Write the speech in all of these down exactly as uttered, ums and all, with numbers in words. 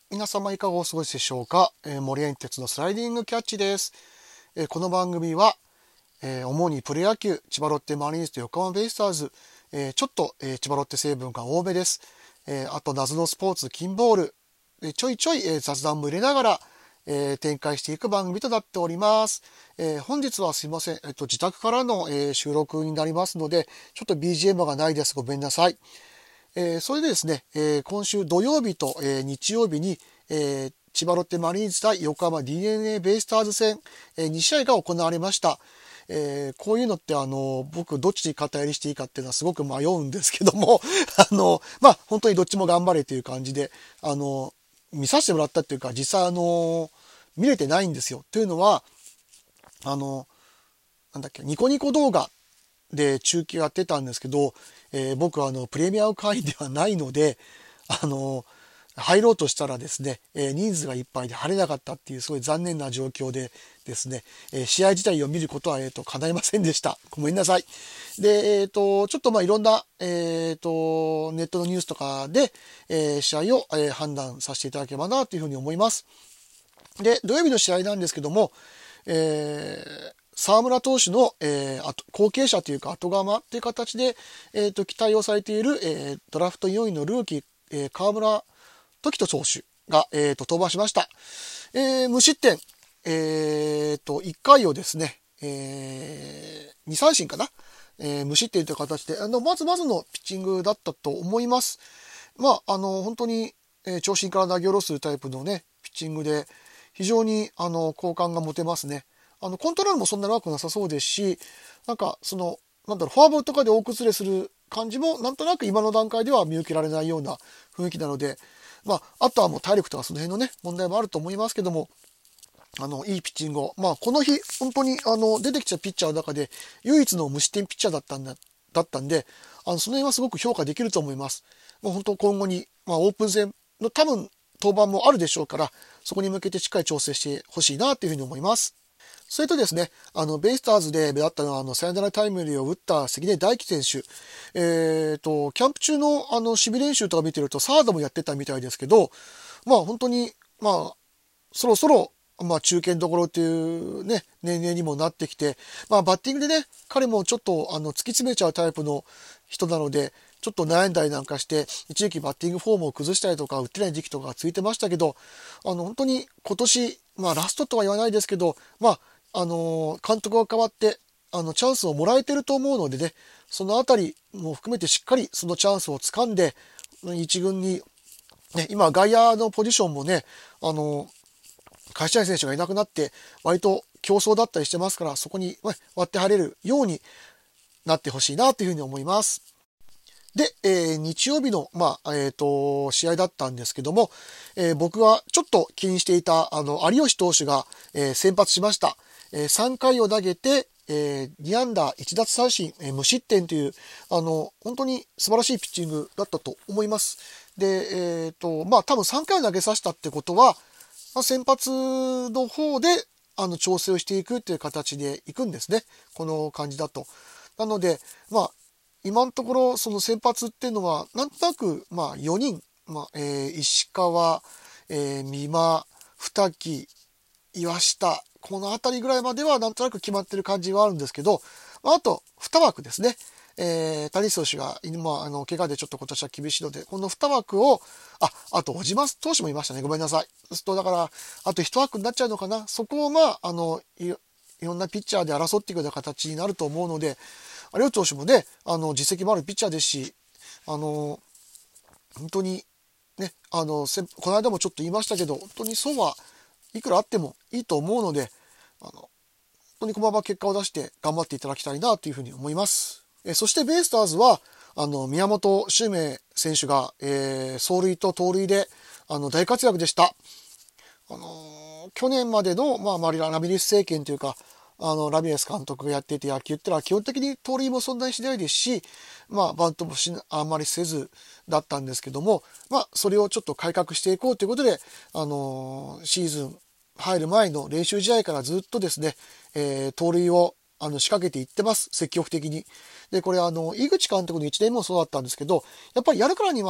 皆様いかがお過ごしでしょうか。えー、森谷鉄のスライディングキャッチです。えー、この番組は、えー、主にプロ野球、千葉ロッテマリーンズと横浜ベイスターズ、えー、ちょっと、えー、千葉ロッテ成分が多めです。えー、あと謎のスポーツ、キンボール、えー、ちょいちょい、えー、雑談も入れながら、えー、展開していく番組となっております。えー、本日はすいません、えっと、自宅からの、えー、収録になりますので、ちょっと ビージーエム がないです。ごめんなさい。えー、それでですね、えー、今週土曜日と、えー、日曜日に、えー、千葉ロッテマリーンズ対横浜 ディーエヌエー ベイスターズ戦、えー、に試合が行われました。えー、こういうのってあの、僕どっちに肩入りしていいかっていうのはすごく迷うんですけども、あの、まあ、本当にどっちも頑張れという感じで、あの、見させてもらったっていうか、実際あの、見れてないんですよ。というのは、あの、なんだっけ、ニコニコ動画で中継やってたんですけど、えー、僕はあのプレミアム会員ではないので、あの入ろうとしたらですね、えー、人数がいっぱいで入れなかったっていうすごい残念な状況でですね、えー、試合自体を見ることは、えー、と叶いませんでした。ごめんなさい。で、えっ、ー、と、ちょっとまあいろんな、えっ、ー、と、ネットのニュースとかで、えー、試合を、えー、判断させていただければなというふうに思います。で、土曜日の試合なんですけども、えー、沢村投手の、えー、後継者というか後釜という形で、えー、と期待をされている、えー、ドラフトよんいのルーキー、えー、川村時人投手が、えー、と登板しました。えー、無失点、えー、といっかいをですね、えー、に三振かな、えー、無失点という形であのまずまずのピッチングだったと思います。まああの本当に、えー、長身から投げ下ろすタイプのねピッチングで非常にあの好感が持てますね。あのコントロールもそんな長くなさそうですし、なんかそのなんだろうフォアボールとかで大崩れする感じもなんとなく今の段階では見受けられないような雰囲気なので、まああとはもう体力とかその辺のね問題もあると思いますけども、あのいいピッチングを、まあこの日本当にあの出てきたピッチャーの中で唯一の無失点ピッチャーだったんだだったんで、あのその辺はすごく評価できると思います。もう本当今後に、まあ、オープン戦の多分登板もあるでしょうから、そこに向けてしっかり調整してほしいなというふうに思います。それとですね、あの、ベイスターズで目立ったのは、あの、サヨナラタイムリーを打った関根大気選手。えっと、キャンプ中の、あの、守備練習とか見てると、サードもやってたみたいですけど、まあ、本当に、まあ、そろそろ、まあ、中堅どころっていうね、年齢にもなってきて、まあ、バッティングでね、彼もちょっと、あの、突き詰めちゃうタイプの人なので、ちょっと悩んだりなんかして、一時期バッティングフォームを崩したりとか、打ってない時期とかがついてましたけど、あの、本当に今年、まあ、ラストとは言わないですけど、まあ、あのー監督が変わって、あの、チャンスをもらえてると思うのでね、そのあたりも含めてしっかりそのチャンスを掴んで、一軍に、ね、今外野のポジションもね、あのー、柏谷選手がいなくなって、割と競争だったりしてますから、そこに、ね、割って入れるようになってほしいなというふうに思います。で、えー、日曜日の、まあ、えっと、試合だったんですけども、えー僕がちょっと気にしていた、あの、有吉投手が、えー先発しました。えーさんかいを投げて、えーに安打いち奪三振、えー無失点という、あの、本当に素晴らしいピッチングだったと思います。で、えっと、まあ、多分さんかいを投げさせたってことは、まあ、先発の方で、あの、調整をしていくっていう形でいくんですね。この感じだと。なので、まあ、今のところその先発っていうのはなんとなくまあよにん、まあえー、石川、えー、美馬、二木、岩下この辺りぐらいまではなんとなく決まってる感じはあるんですけど、まあ、あとに枠ですね。えー、谷投手が、まあ、あの怪我でちょっと今年は厳しいのでこのに枠をああと小島投手もいましたね。ごめんなさい。そうするとだからあといち枠になっちゃうのかな。そこをまああのいいろんなピッチャーで争っていくような形になると思うので、有吉投手もね、あの実績もあるピッチャーですし、あの本当にね、あのこの間もちょっと言いましたけど、本当にそうはいくらあってもいいと思うので、あの本当にこのまま結果を出して頑張っていただきたいなというふうに思います。えそしてベイスターズはあの宮本周明選手が、えー、走塁と盗塁であの大活躍でした。あの去年までの、まあ、マリラ・ラミレス政権というか、あのラミレス監督がやっていて野球ってのは基本的に盗塁もそんなにしないですし、まあ、バントもしあんまりせずだったんですけども、まあ、それをちょっと改革していこうということで、あのシーズン入る前の練習試合からずっとですね、えー、盗塁をあの仕掛けていってます。積極的に。でこれあの井口監督のいちねんもそうだったんですけど、やっぱりやるからには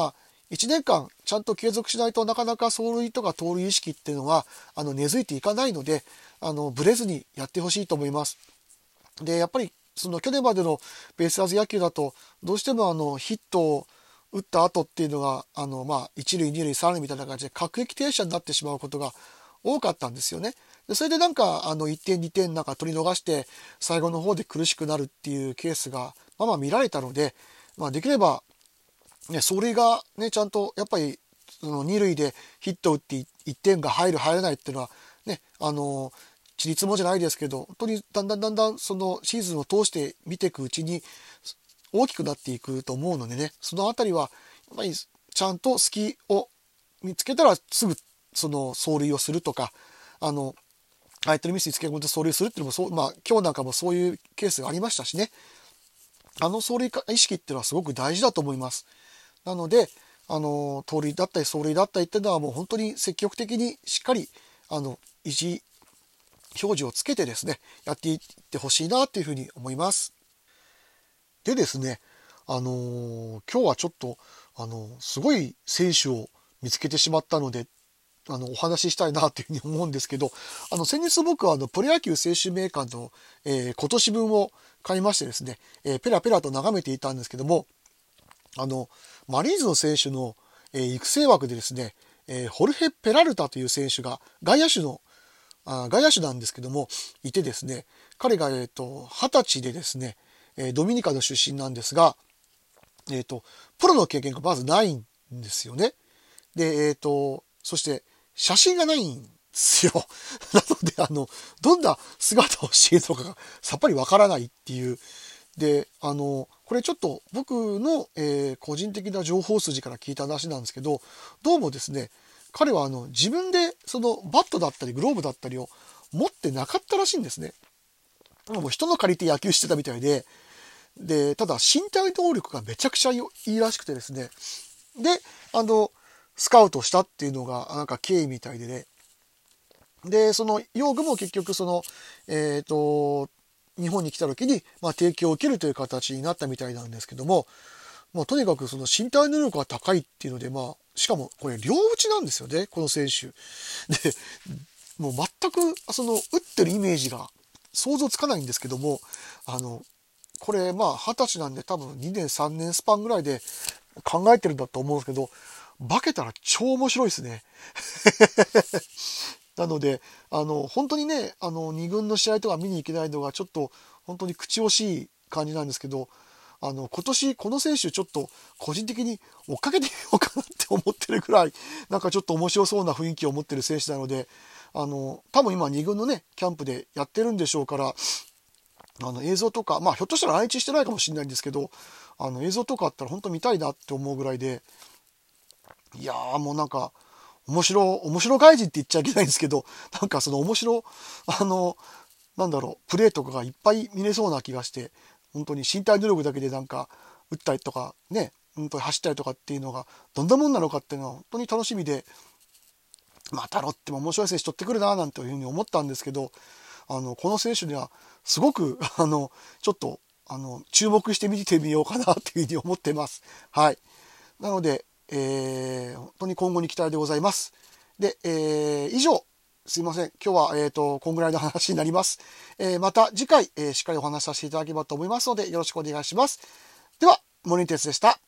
いちねんかんちゃんと継続しないとなかなか走塁とか盗塁意識っていうのはあの根付いていかないので、あのブレずにやってほしいと思います。でやっぱりその去年までのベイスターズ野球だとどうしてもあのヒットを打った後っていうのがあのまあ一塁二塁三塁みたいな感じで各駅停車になってしまうことが多かったんですよね。でそれでなんかあのいってんにてんなんか取り逃して最後の方で苦しくなるっていうケースがまあまあ見られたので、まあ、できればね、走塁がね、ちゃんとやっぱりその二塁でヒット打っていってんが入る入らないっていうのはね、あのちりつもじゃないですけど、本当にだんだんだんだんそのシーズンを通して見ていくうちに大きくなっていくと思うのでね、そのあたりはやっぱりちゃんと隙を見つけたらすぐその走塁をするとか、あの相手のミスにつけ込んで走塁するっていうのもそう、まあ今日なんかもそういうケースがありましたしね、あの走塁意識っていうのはすごく大事だと思います。なので、あの、盗塁だったり走塁だったりっていうのはもう本当に積極的にしっかり、あの、意思表示をつけてですね、やっていってほしいなというふうに思います。でですね、あのー今日はちょっと、あのすごい選手を見つけてしまったので、あの、お話ししたいなというふうに思うんですけど、あの、先日僕はあの、プロ野球選手名鑑の、えー今年分を買いましてですね、えーペラペラと眺めていたんですけども、あの、マリーンズの選手の、えー育成枠でですね、えーホルヘ・ペラルタという選手が外野手の、あ外野手なんですけども、いてですね、彼が、えっと、はたちでですね、えードミニカの出身なんですが、えっと、プロの経験がまずないんですよね。で、えっと、そして写真がないんですよ。なので、あの、どんな姿をしているのかがさっぱりわからないっていう。で、あの、これちょっと僕の、えー個人的な情報筋から聞いた話なんですけど、どうもですね、彼はあの自分でそのバットだったりグローブだったりを持ってなかったらしいんですね。もう人の借りて野球してたみたいで、で、ただ身体能力がめちゃくちゃいいらしくてですね。で、あの、スカウトしたっていうのがなんか経緯みたいでね。で、その用具も結局その、えっと、日本に来た時に、まあ、提供を受けるという形になったみたいなんですけども、まあ、とにかくその身体能力が高いっていうので、まあ、しかもこれ両打ちなんですよね、この選手。で、もう全くその打ってるイメージが想像つかないんですけども、あの、これまあはたちなんで多分にねんさんねんスパンぐらいで考えてるんだと思うんですけど、化けたら超面白いですね。なので、あの、本当にね、あの、に軍の試合とか見に行けないのがちょっと本当に口惜しい感じなんですけど、あの、今年この選手ちょっと個人的に追っかけてみようかなって思ってるくらい、なんかちょっと面白そうな雰囲気を持ってる選手なので、あの、多分今に軍のね、キャンプでやってるんでしょうから、あの映像とか、まあひょっとしたら来日してないかもしれないんですけど、あの映像とかあったら本当見たいなって思うぐらいで、いやーもうなんか、面白、面白外人って言っちゃいけないんですけど、なんかその面白、あの、なんだろう、プレーとかがいっぱい見れそうな気がして、本当に身体能力だけでなんか、打ったりとかね、本当に走ったりとかっていうのが、どんなもんなのかっていうのは本当に楽しみで、またロッテも面白い選手取ってくるなーなんていうふうに思ったんですけど、あの、この選手にはすごく、あの、ちょっと、あの、注目して見てみようかなっていうふうに思ってます。はい。なので、えー、本当に今後に期待でございます。で、えー、以上、すいません。今日は、えっと、こんぐらいの話になります。えー、また次回、えー、しっかりお話しさせていただければと思いますので、よろしくお願いします。では、森鉄でした。